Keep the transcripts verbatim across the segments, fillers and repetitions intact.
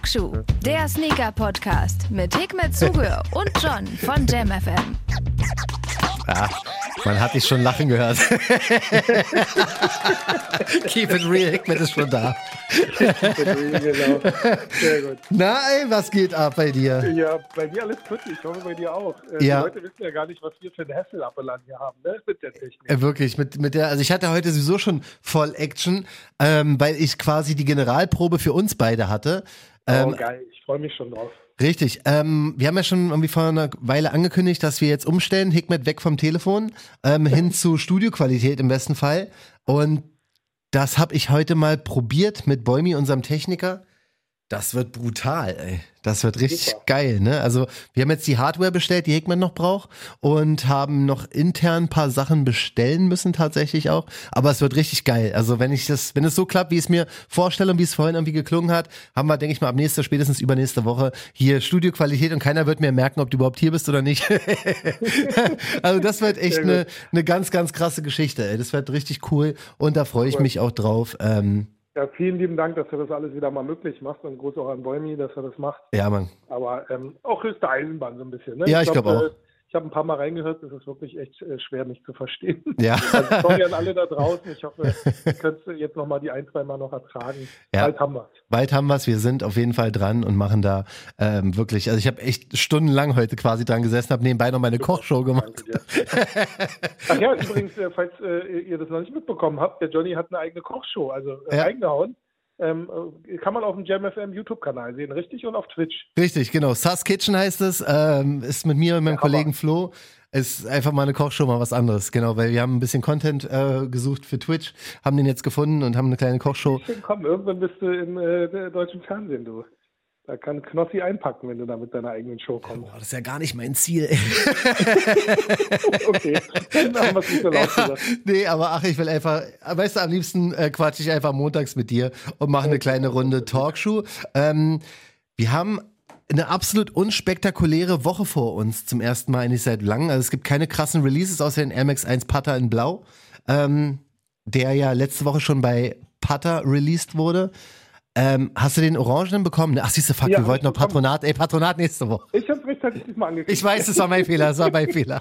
Talkshow, der Sneaker-Podcast mit Hikmet Zuhör und John von Jam F M. Ja, man hat dich schon lachen gehört. Keep it real, Hikmet ist schon da. Keep it real, genau. Sehr gut. Na ey, was geht ab bei dir? Ja, bei mir alles gut, ich hoffe bei dir auch. Äh, Ja. Die Leute wissen ja gar nicht, was wir für einen Hassel-Appelland hier haben, ne? Mit der Technik. Äh, wirklich, mit, mit der, also ich hatte heute sowieso schon voll Action, ähm, weil ich quasi die Generalprobe für uns beide hatte. Ähm, oh, geil, ich freue mich schon drauf. Richtig. Ähm, wir haben ja schon irgendwie vor einer Weile angekündigt, dass wir jetzt umstellen, Hikmet weg vom Telefon, ähm, hin zu Studioqualität im besten Fall. Und das habe ich heute mal probiert mit Bäumi, unserem Techniker. Das wird brutal, ey. Das wird richtig Super. geil, ne? Also wir haben jetzt die Hardware bestellt, die Hikmet noch braucht und haben noch intern ein paar Sachen bestellen müssen tatsächlich auch. Aber es wird richtig geil. Also wenn ich das, wenn es so klappt, wie ich es mir vorstelle und wie es vorhin irgendwie geklungen hat, haben wir, denke ich mal, ab nächster, spätestens übernächste Woche hier Studioqualität und keiner wird mehr merken, ob du überhaupt hier bist oder nicht. Also das wird echt Sehr eine, gut. eine ganz, ganz krasse Geschichte, ey. Das wird richtig cool und da freue ich Cool. mich auch drauf. Ähm, Ja, vielen lieben Dank, dass du das alles wieder mal möglich machst und Gruß auch an Bäumi, dass er das macht. ja, Mann. Aber ähm, auch höchste Eisenbahn so ein bisschen, ne? Ja, ich glaub auch. äh, Ich habe ein paar Mal reingehört, es ist wirklich echt äh, schwer, mich zu verstehen. Ja. Also sorry an alle da draußen. Ich hoffe, ihr könnt jetzt noch mal die ein, zwei Mal noch ertragen. Ja. Bald haben wir's. Bald haben wir es, wir sind auf jeden Fall dran und machen da ähm, wirklich, also ich habe echt stundenlang heute quasi dran gesessen, habe nebenbei noch meine Kochshow gemacht. Danke dir. Ach ja, übrigens, äh, falls äh, ihr das noch nicht mitbekommen habt, der Johnny hat eine eigene Kochshow, also äh, Ja. reingehauen. Ähm, äh, kann man auf dem Jam F M YouTube-Kanal sehen, richtig? Und auf Twitch. Richtig, genau. Sus Kitchen heißt es, ähm, ist mit mir und meinem Ja, Kollegen Hammer. Flo. Ist einfach mal eine Kochshow, mal was anderes, genau, weil wir haben ein bisschen Content äh, gesucht für Twitch, haben den jetzt gefunden und haben eine kleine Kochshow. Komm, irgendwann bist du im äh, der deutschen Fernsehen, du. Da kann Knossi einpacken, wenn du da mit deiner eigenen Show kommst. Boah, das ist ja gar nicht mein Ziel. Okay, dann haben wir es nicht so laut Ja, gesagt. nee, aber ach, ich will einfach, weißt du, am liebsten äh, quatsche ich einfach montags mit dir und mache eine kleine Runde Talkshow. Ähm, wir haben eine absolut unspektakuläre Woche vor uns, zum ersten Mal eigentlich seit langem. Also es gibt keine krassen Releases, außer den Air Max eins Putter in Blau, ähm, der ja letzte Woche schon bei Putter released wurde. Ähm, hast du den Orangenen bekommen? Ach, siehst du, fuck, Ja, wir hab wollten ich noch Patronat, ey, Patronat nächste Woche. Ich habe es rechtzeitig diesmal angekündigt. Ich weiß, es war mein Fehler, es war mein Fehler.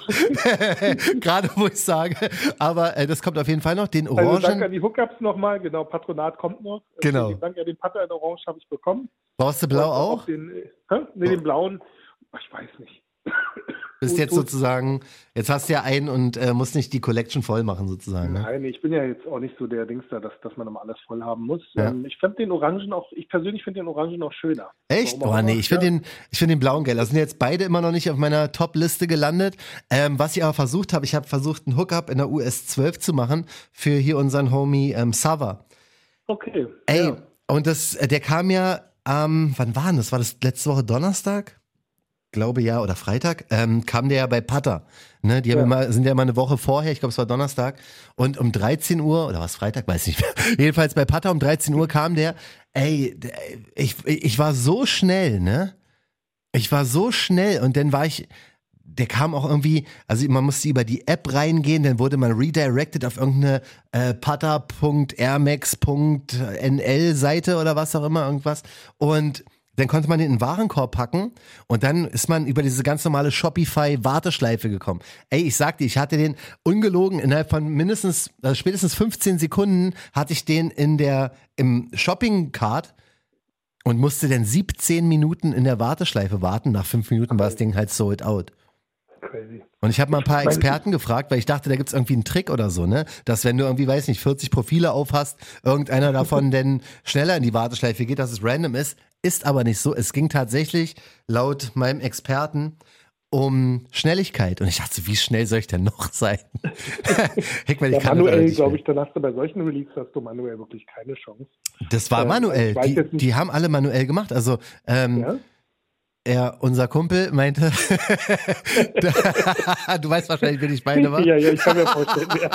Gerade wo ich sage. Aber äh, das kommt auf jeden Fall noch. Den Also danke an Orangen, die Hookups nochmal, genau, Patronat kommt noch. Äh, Genau. vielen Dank, ja, den Patter in Orange habe ich bekommen. brauchst du blau Und auch? Den, äh, hä? Nee, den blauen, ach, ich weiß nicht. Bist Gut, jetzt gut. sozusagen, jetzt hast du ja einen und äh, musst nicht die Collection voll machen sozusagen. Ne? Nein, ich bin ja jetzt auch nicht so der Dingster, dass, dass man immer alles voll haben muss. Ja. Ähm, ich fand den Orangen auch, ich persönlich finde den Orangen noch schöner. Echt? Warum Oh auch nee, immer. ich finde Ja. den, ich finde den blauen geil. Das sind jetzt beide immer noch nicht auf meiner Top-Liste gelandet. Ähm, was ich aber versucht habe, ich habe versucht, einen Hookup in der U S zwölf zu machen für hier unseren Homie ähm, Sava. Okay. Ey, ja. und das, äh, der kam ja, ähm, wann war denn das? War das letzte Woche Donnerstag? Glaube ja, oder Freitag, ähm, kam der ja bei Putter. Ne, die haben Ja. immer, sind ja immer eine Woche vorher, ich glaube es war Donnerstag. Und um dreizehn Uhr, oder was Freitag, weiß nicht mehr. Jedenfalls bei Putter um dreizehn Uhr kam der. Ey, der- ich, ich war so schnell, ne? Ich war so schnell und dann war ich, der kam auch irgendwie, also man musste über die App reingehen, dann wurde man redirected auf irgendeine äh, putter punkt airmax punkt n l Seite oder was auch immer, irgendwas. Und dann konnte man den in den Warenkorb packen und dann ist man über diese ganz normale Shopify-Warteschleife gekommen. Ey, ich sag dir, ich hatte den ungelogen innerhalb von mindestens, also spätestens fünfzehn Sekunden hatte ich den in der, im Shopping-Cart und musste dann siebzehn Minuten in der Warteschleife warten. Nach fünf Minuten war das Ding halt sold out. Crazy. Und ich habe mal ein paar Ich meine, Experten gefragt, weil ich dachte, da gibt's irgendwie einen Trick oder so, ne? Dass wenn du irgendwie, weiß nicht, vierzig Profile aufhast, irgendeiner davon denn schneller in die Warteschleife geht, dass es random ist. Ist aber nicht so. Es ging tatsächlich laut meinem Experten um Schnelligkeit. Und ich dachte, so, wie schnell soll ich denn noch sein? Hickman, ich Ja, kann manuell, das nicht glaube mehr. ich, dann hast du bei solchen Releases hast du manuell wirklich keine Chance. Das war äh, manuell. ich weiß Die, jetzt nicht- die haben alle manuell gemacht. Also ähm, Ja? Ja, unser Kumpel meinte, du weißt wahrscheinlich, wen ich meine, wa? Ja, ja, ich kann mir vorstellen, ja.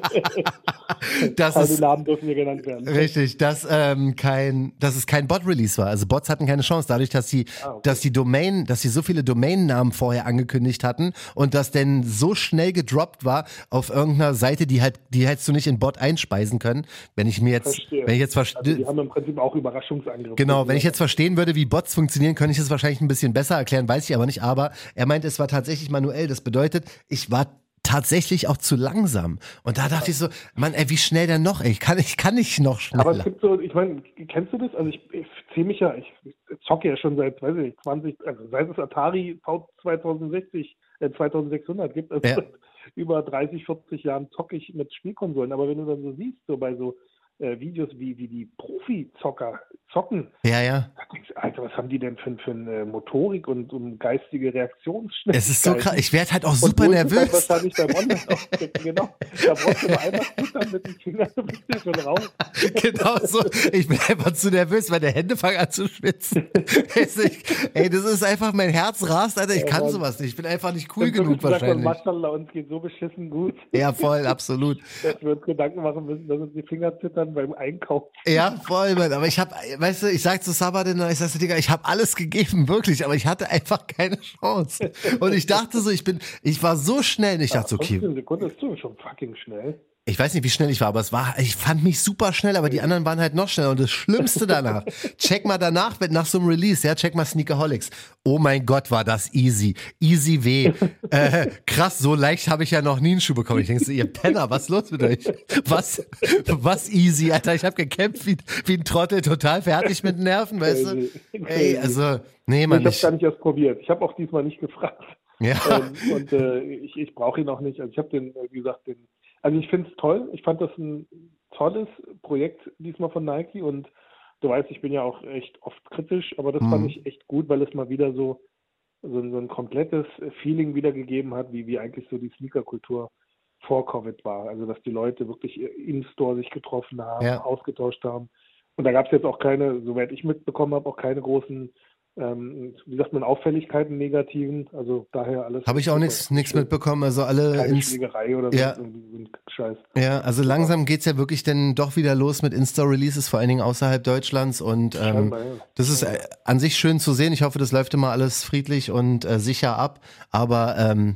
Das Keine ist, Namen dürfen hier genannt werden. richtig, dass, ähm, kein, dass es kein Bot-Release war. Also Bots hatten keine Chance, dadurch, dass sie, Ah, okay. dass die Domain, dass sie so viele Domainnamen vorher angekündigt hatten und das denn so schnell gedroppt war auf irgendeiner Seite, die halt, die hättest du nicht in Bot einspeisen können. Wenn ich mir jetzt, Verstehe. wenn ich jetzt verstehe. Also die haben im Prinzip auch Überraschungsangriffe. Genau, wenn ich jetzt verstehen würde, wie Bots funktionieren, könnte ich es wahrscheinlich ein bisschen besser erklären, weiß ich aber nicht. Aber er meint, es war tatsächlich manuell. Das bedeutet, ich war tatsächlich auch zu langsam. Und da dachte ich so, Mann, ey, wie schnell denn noch? Ey, ich kann, ich kann nicht noch schneller. Aber es gibt so, ich meine, kennst du das? Also ich, ich ziehe mich ja, ich zocke ja schon seit, weiß ich nicht, zwanzig, also seit es Atari V zweitausendsechzig, äh, zweitausendsechshundert gibt, also Ja. über dreißig, vierzig Jahren zocke ich mit Spielkonsolen. Aber wenn du dann so siehst, so bei so äh, Videos, wie, wie die Profi-Zocker zocken, Ja, ja. da denkst du, Alter, was haben die denn für, für eine Motorik und um geistige Reaktionsschnelligkeit? Es ist so krass. Ich werde halt auch Und super so ist es halt nervös. wahrscheinlich beim Online-Aufdecken, genau. Da brauchst du nur einmal futtern mit den Fingern, du bist ja schon raus. Genau so. Ich bin einfach zu nervös, meine Hände fangen an zu schwitzen. Es ist- Ey, das ist einfach, mein Herz rast, Alter. Ich Ja, kann Mann. sowas nicht. Ich bin einfach nicht cool Dann genug wirklich gesagt, wahrscheinlich. Maschallah, uns geht so beschissen gut, Ja, voll, absolut. dass wir uns Gedanken machen müssen, dass uns die Finger zittern beim Einkauf. Ja, voll, Mann. Aber ich habe, weißt du, ich sag zu Sabadin, ich sag zu Digga, ich habe alles gegeben, wirklich, aber ich hatte einfach keine Chance. Und ich dachte so, ich bin, ich war so schnell, ich dachte so, okay, fünfzehn Sekunden ist so schon fucking schnell. ich weiß nicht, wie schnell ich war, aber es war, ich fand mich super schnell, aber die anderen waren halt noch schneller. Und das Schlimmste danach, check mal danach, wenn nach so einem Release, ja, check mal Sneakerholics. Oh mein Gott, war das easy. Easy weh. Äh, krass, so leicht habe ich ja noch nie einen Schuh bekommen. Ich denke so, ihr Penner, was ist los mit euch? Was, was easy, Alter? Ich habe gekämpft wie, wie ein Trottel, total fertig mit den Nerven, weißt du? Crazy. Ey, Crazy. also, nee, Mann, ich habe ich, gar nicht erst probiert. Ich habe auch diesmal nicht gefragt. ja. ähm, und äh, ich, ich brauche ihn auch nicht. Also ich habe den, äh, wie gesagt, den. Also ich finde es toll. Ich fand das ein tolles Projekt diesmal von Nike und du weißt, ich bin ja auch echt oft kritisch, aber das Mhm. fand ich echt gut, weil es mal wieder so so, ein- so ein komplettes Feeling wiedergegeben hat, wie wie eigentlich so die Sneakerkultur vor Covid war. Also dass die Leute wirklich im Store sich getroffen haben, Ja. ausgetauscht haben. Und da gab es jetzt auch keine, soweit ich mitbekommen habe, auch keine großen, ähm, wie sagt man, Auffälligkeiten, negativen. Also daher alles. Habe ich auch super. nichts nichts Schön. mitbekommen. Also alle Keine ins, Schlägerei oder Ja. so, irgendwie so ein Scheiß. ja, also langsam geht's ja wirklich dann doch wieder los mit Insta-Releases, vor allen Dingen außerhalb Deutschlands. Und ähm, Scheinbar, ja. das ist äh, an sich schön zu sehen. Ich hoffe, das läuft immer alles friedlich und äh, sicher ab. Aber ähm,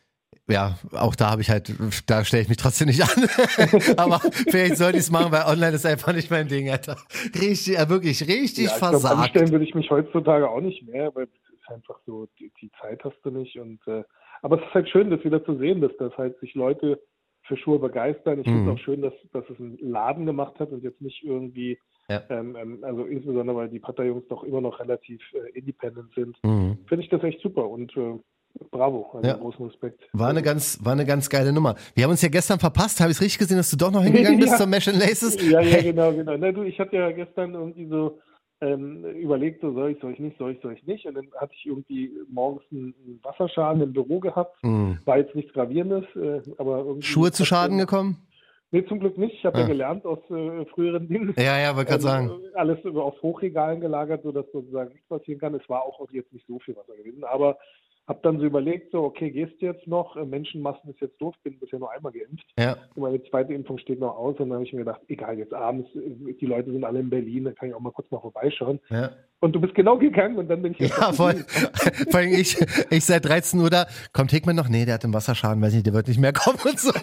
ja, auch da habe ich halt, da stelle ich mich trotzdem nicht an. Aber vielleicht sollte ich es machen, weil online ist einfach nicht mein Ding, Alter. Richtig, äh, wirklich richtig Ja, ich glaub, versagt. anstellen würde ich mich heutzutage auch nicht mehr, weil es ist einfach so, die, die Zeit hast du nicht. Und äh, aber es ist halt schön, das wieder zu sehen, dass das halt sich Leute für Schuhe begeistern. Ich Mhm. finde es auch schön, dass, dass es ein Laden gemacht hat und jetzt nicht irgendwie, Ja. ähm, ähm, also insbesondere weil die Pata-Jungs doch immer noch relativ äh, independent sind, Mhm. finde ich das echt super und äh, bravo, also Ja. großen Respekt. War eine ganz, war eine ganz geile Nummer. Wir haben uns ja gestern verpasst. Habe ich es richtig gesehen, dass du doch noch hingegangen bist Ja. zur Mesh and Laces? Ja, ja, genau, genau. Na, du, ich hatte ja gestern irgendwie so ähm, überlegt, so soll ich, soll ich nicht, soll ich, soll ich nicht. Und dann hatte ich irgendwie morgens einen einen Wasserschaden im Büro gehabt. Mhm. War jetzt nichts Gravierendes, äh, aber irgendwie. Schuhe zu Schaden gekommen? Nee, zum Glück nicht. Ich habe ja. Ah. ja gelernt aus äh, früheren Dingen. Ja, ja, wollte gerade sagen. Alles über auf Hochregalen gelagert, sodass sozusagen nichts passieren kann. Es war auch jetzt nicht so viel Wasser gewesen, aber hab dann so überlegt, so, okay, gehst du jetzt noch? Äh, Menschenmassen ist jetzt doof, bin bisher nur einmal geimpft. Ja. Und meine zweite Impfung steht noch aus. Und dann habe ich mir gedacht, egal, jetzt abends, äh, die Leute sind alle in Berlin, da kann ich auch mal kurz mal vorbeischauen. Ja. Und du bist genau gegangen und dann bin ich jetzt Ja, noch voll. geblieben. Vor allem ich, ich seit dreizehn Uhr da. Kommt Hickman noch? Nee, der hat einen Wasserschaden, weiß nicht, der wird nicht mehr kommen und so.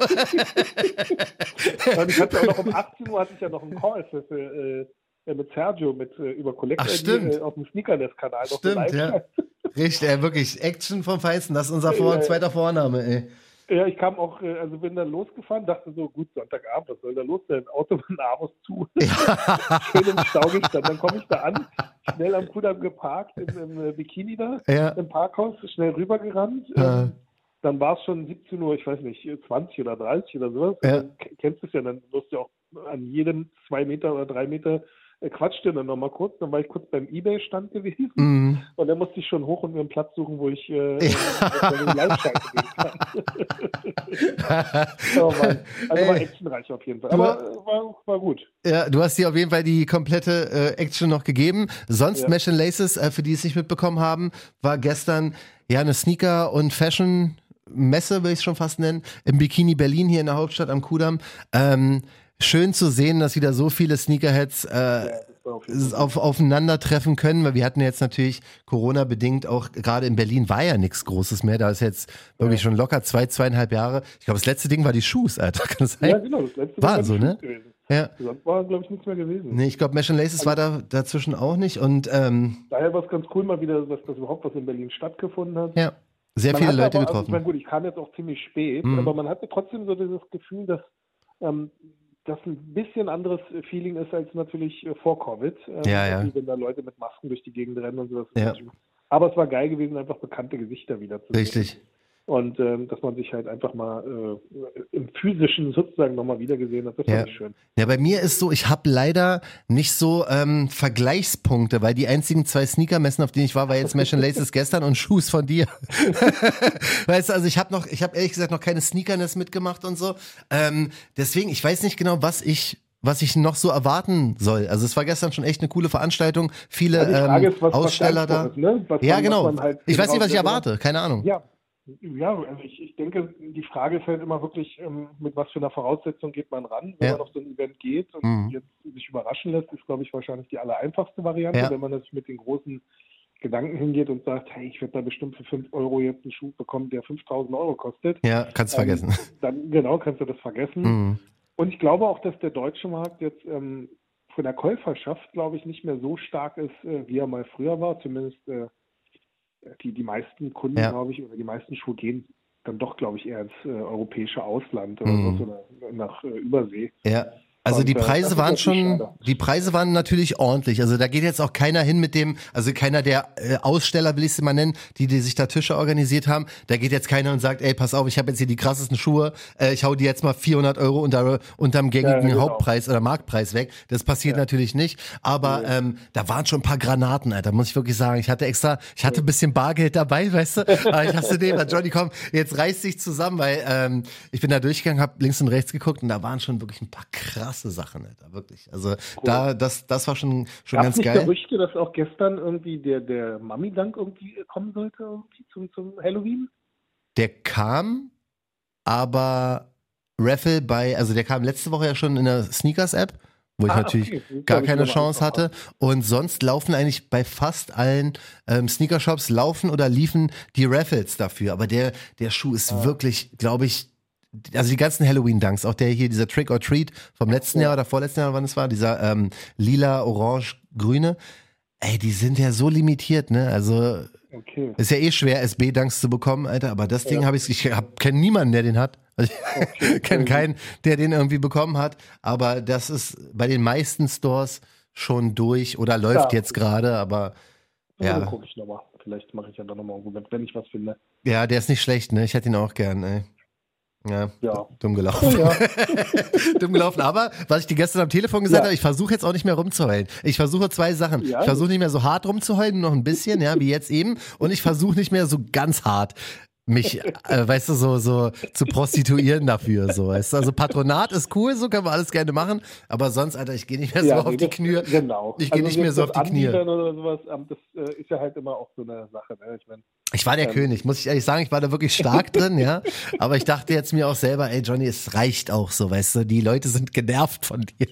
Und ich hatte auch noch um achtzehn Uhr hatte ich ja noch einen Call für, für, äh, mit Sergio mit äh, über Collect Ach, stimmt. äh, auf dem Sneakernest-Kanal. noch so Stimmt, live. ja. Richtig, äh, wirklich. Action vom Feinsten. Das ist unser Vor- Ja, ja. zweiter Vorname, ey. Ja, ich kam auch, äh, also bin dann losgefahren, dachte so, gut, Sonntagabend, was soll da los sein? Auto von Abos zu. Schön im Stau gestanden. Dann komme ich da an, schnell am Kudamm geparkt, im, im äh, Bikini da, Ja. im Parkhaus, schnell rübergerannt. Ja. Ähm, dann war es schon siebzehn Uhr, ich weiß nicht, zwanzig oder dreißig oder sowas. Ja. Dann k- kennst du es ja, dann wirst du auch an jedem zwei Meter oder drei Meter äh, quatschte dann nochmal kurz, dann war ich kurz beim Ebay-Stand gewesen Mhm. und dann musste ich schon hoch und mir einen Platz suchen, wo ich äh, Ja. äh, Live-Schalten gehen kann. Oh Mann. Also war Ey. actionreich auf jeden Fall, Du- aber äh, war, war gut. Ja, du hast dir auf jeden Fall die komplette äh, Action noch gegeben. Sonst Ja. Mesh and Laces, äh, für die es nicht mitbekommen haben, war gestern ja eine Sneaker- und Fashion-Messe, will ich es schon fast nennen, im Bikini Berlin hier in der Hauptstadt am Kudamm. Ähm, schön zu sehen, dass wieder so viele Sneakerheads äh, Ja, das war auf jeden s- Fall. auf, aufeinandertreffen können, weil wir hatten jetzt natürlich Corona-bedingt auch, gerade in Berlin war ja nichts Großes mehr, da ist jetzt wirklich schon locker zwei, zweieinhalb Jahre. Ich glaube, das letzte Ding war die Shoes, Alter, kann das sein? Ja, genau, das letzte War die so, Shoes ne? gewesen. Ja. Sonst war, glaube ich, nichts mehr gewesen. Nee, ich glaube, Mesh and Laces war da dazwischen auch nicht und ähm, Daher war es ganz cool mal wieder, dass das überhaupt was in Berlin stattgefunden hat. ja, sehr Man viele hatte Leute aber, also, ich getroffen. meine, gut, ich kam jetzt auch ziemlich spät, Mhm. aber man hatte trotzdem so dieses Gefühl, dass ähm, das ein bisschen anderes Feeling ist als natürlich äh, vor Covid. Ähm, Ja, ja. Wie wenn da Leute mit Masken durch die Gegend rennen und sowas. Ja. Aber es war geil gewesen, einfach bekannte Gesichter wieder zu sehen. Richtig. Und ähm, dass man sich halt einfach mal äh, im Physischen sozusagen nochmal wiedergesehen hat, das Ja. fand ich schön. Ja, bei mir ist so, ich habe leider nicht so ähm, Vergleichspunkte, weil die einzigen zwei Sneakermessen, auf denen ich war, war jetzt Mesh and Laces gestern und Shoes von dir. Weißt du, also ich habe noch, ich habe ehrlich gesagt noch keine Sneakerness mitgemacht und so. Ähm, deswegen, ich weiß nicht genau, was ich was ich noch so erwarten soll. Also es war gestern schon echt eine coole Veranstaltung, viele Ja, die Frage ähm, ist, was Aussteller da. ist, ne? was Ja, man, genau. Was man halt Ich weiß nicht, was ich genau- erwarte, keine Ahnung. Ja, ja, also ich, ich denke, die Frage ist halt immer wirklich, ähm, mit was für einer Voraussetzung geht man ran, wenn Ja. man auf so ein Event geht und Mhm. jetzt sich überraschen lässt, ist, glaube ich, wahrscheinlich die allereinfachste Variante, Ja. wenn man natürlich mit den großen Gedanken hingeht und sagt, hey, ich werde da bestimmt für fünf Euro jetzt einen Schuh bekommen, der fünftausend Euro kostet. Ja, kannst vergessen. Ähm, dann, genau, kannst du das vergessen. Mhm. Und ich glaube auch, dass der deutsche Markt jetzt ähm, von der Käuferschaft, glaube ich, nicht mehr so stark ist, äh, wie er mal früher war. Zumindest äh, die, die meisten Kunden, Ja. glaube ich, oder die meisten Schuhe gehen dann doch, glaube ich, eher ins äh, europäische Ausland oder Mhm. so, oder nach äh, Übersee. Ja. Also Und, die äh, das Preise ist waren natürlich schon, schade. die Preise waren natürlich ordentlich. Also da geht jetzt auch keiner hin mit dem, also keiner der äh, Aussteller, will ich sie mal nennen, die, die sich da Tische organisiert haben. Da geht jetzt keiner und sagt, ey, pass auf, ich habe jetzt hier die krassesten Schuhe, äh, ich hau die jetzt mal vierhundert Euro unter, unterm gängigen Ja, genau. Hauptpreis oder Marktpreis weg. Das passiert Ja. natürlich nicht. Aber Nee. ähm, da waren schon ein paar Granaten, Alter, muss ich wirklich sagen. Ich hatte extra, ich hatte ein bisschen Bargeld dabei, weißt du. Aber ich dachte, nee, mal, Johnny, komm, jetzt reiß dich zusammen, weil ähm, ich bin da durchgegangen, habe links und rechts geguckt und da waren schon wirklich ein paar krasse Sachen, Alter. Wirklich. Also da, das, das war schon, schon Gab ganz es nicht geil. Gerüchte, dass auch gestern irgendwie der, der Mami-Dank irgendwie kommen sollte irgendwie zum, zum Halloween? Der kam, aber Raffle bei, also der kam letzte Woche ja schon in der Sneakers-App, wo ich Ah, natürlich okay. Das gar hab ich keine mir mal Chance hatte. angeschaut. Und sonst laufen eigentlich bei fast allen ähm, Sneakershops laufen oder liefen die Raffles dafür. Aber der, der Schuh ist Ah. wirklich, glaube ich, also die ganzen Halloween-Dunks, auch der hier, dieser Trick or Treat vom letzten Ja. Jahr oder vorletzten Jahr, wann es war, dieser ähm, lila, orange, grüne, ey, die sind ja so limitiert, ne? Also Okay. ist ja eh schwer, S B-Dunks zu bekommen, Alter, aber das Ding Ja. habe ich, ich hab, kenne niemanden, der den hat. Also ich Okay. kenne keinen, der den irgendwie bekommen hat, aber das ist bei den meisten Stores schon durch oder läuft Ja. jetzt gerade, aber Ja. ja, Dann gucke ich nochmal. Vielleicht mache ich ja dann nochmal irgendwo mit, wenn ich was finde. ja, der ist nicht schlecht, ne? Ich hätte ihn auch gern, ey. Ja, Ja. dumm gelaufen. Oh ja. Dumm gelaufen, aber was ich dir gestern am Telefon gesagt Ja. habe, ich versuche jetzt auch nicht mehr rumzuheulen. Ich versuche zwei Sachen. Ja. Ich versuche nicht mehr so hart rumzuheulen, nur noch ein bisschen, ja, wie jetzt eben. Und ich versuche nicht mehr so ganz hart mich, äh, weißt du, so, so zu prostituieren dafür, so, weißt du. Also Patronat ist cool, so können wir alles gerne machen, aber sonst, Alter, ich gehe nicht mehr so Ja, auf nee, die das- Knie. Genau. Ich gehe nicht mehr jetzt so auf das die Knie. Anbietern Oder sowas, ähm, das äh, ist ja halt immer auch so eine Sache. Ne? Ich meine, Ich war der Ähm. König, muss ich ehrlich sagen, ich war da wirklich stark drin, ja. Aber ich dachte jetzt mir auch selber, ey Johnny, es reicht auch so, weißt du, die Leute sind genervt von dir.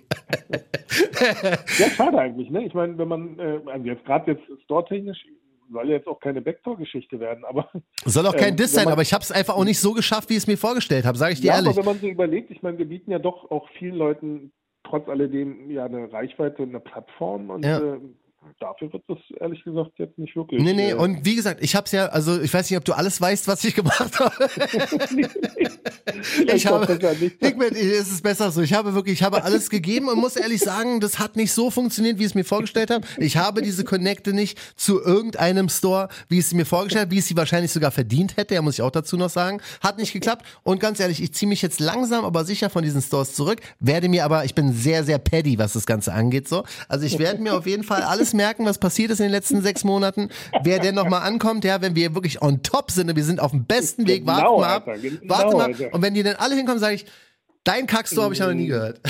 ja, schade eigentlich. Ne? Ich meine, wenn man, äh, also jetzt gerade jetzt store-technisch, soll ja jetzt auch keine Backdoor-Geschichte werden, aber Soll auch kein Ähm, Diss wenn sein, man- aber ich habe es einfach auch nicht so geschafft, wie ich es mir vorgestellt habe, sage ich dir ja, ehrlich. aber wenn man so überlegt, ich meine, wir bieten ja doch auch vielen Leuten trotz alledem ja eine Reichweite und eine Plattform und Ja. äh, dafür wird das ehrlich gesagt jetzt nicht wirklich. Nee, nee, äh, und wie gesagt, ich hab's ja, also ich weiß nicht, ob du alles weißt, was ich gemacht habe. nee, nee. Ich auch habe, besser nicht. Hikmet, es ist besser so. Ich habe wirklich, ich habe alles gegeben und muss ehrlich sagen, das hat nicht so funktioniert, wie ich es mir vorgestellt habe. Ich habe diese Connecte nicht zu irgendeinem Store, wie ich es mir vorgestellt habe, wie ich sie wahrscheinlich sogar verdient hätte, ja, muss ich auch dazu noch sagen. Hat nicht geklappt und ganz ehrlich, ich ziehe mich jetzt langsam, aber sicher von diesen Stores zurück, werde mir aber, ich bin sehr, sehr paddy, was das Ganze angeht, so. Also ich werde mir auf jeden Fall alles merken, was passiert ist in den letzten sechs Monaten. Wer denn nochmal ankommt, ja, wenn wir wirklich on top sind und wir sind auf dem besten Weg, warten Genau, wir ab, Alter, genau, warten wir ab. Alter. Und wenn die dann alle hinkommen, sage ich, dein Kackstore habe ich noch nie gehört.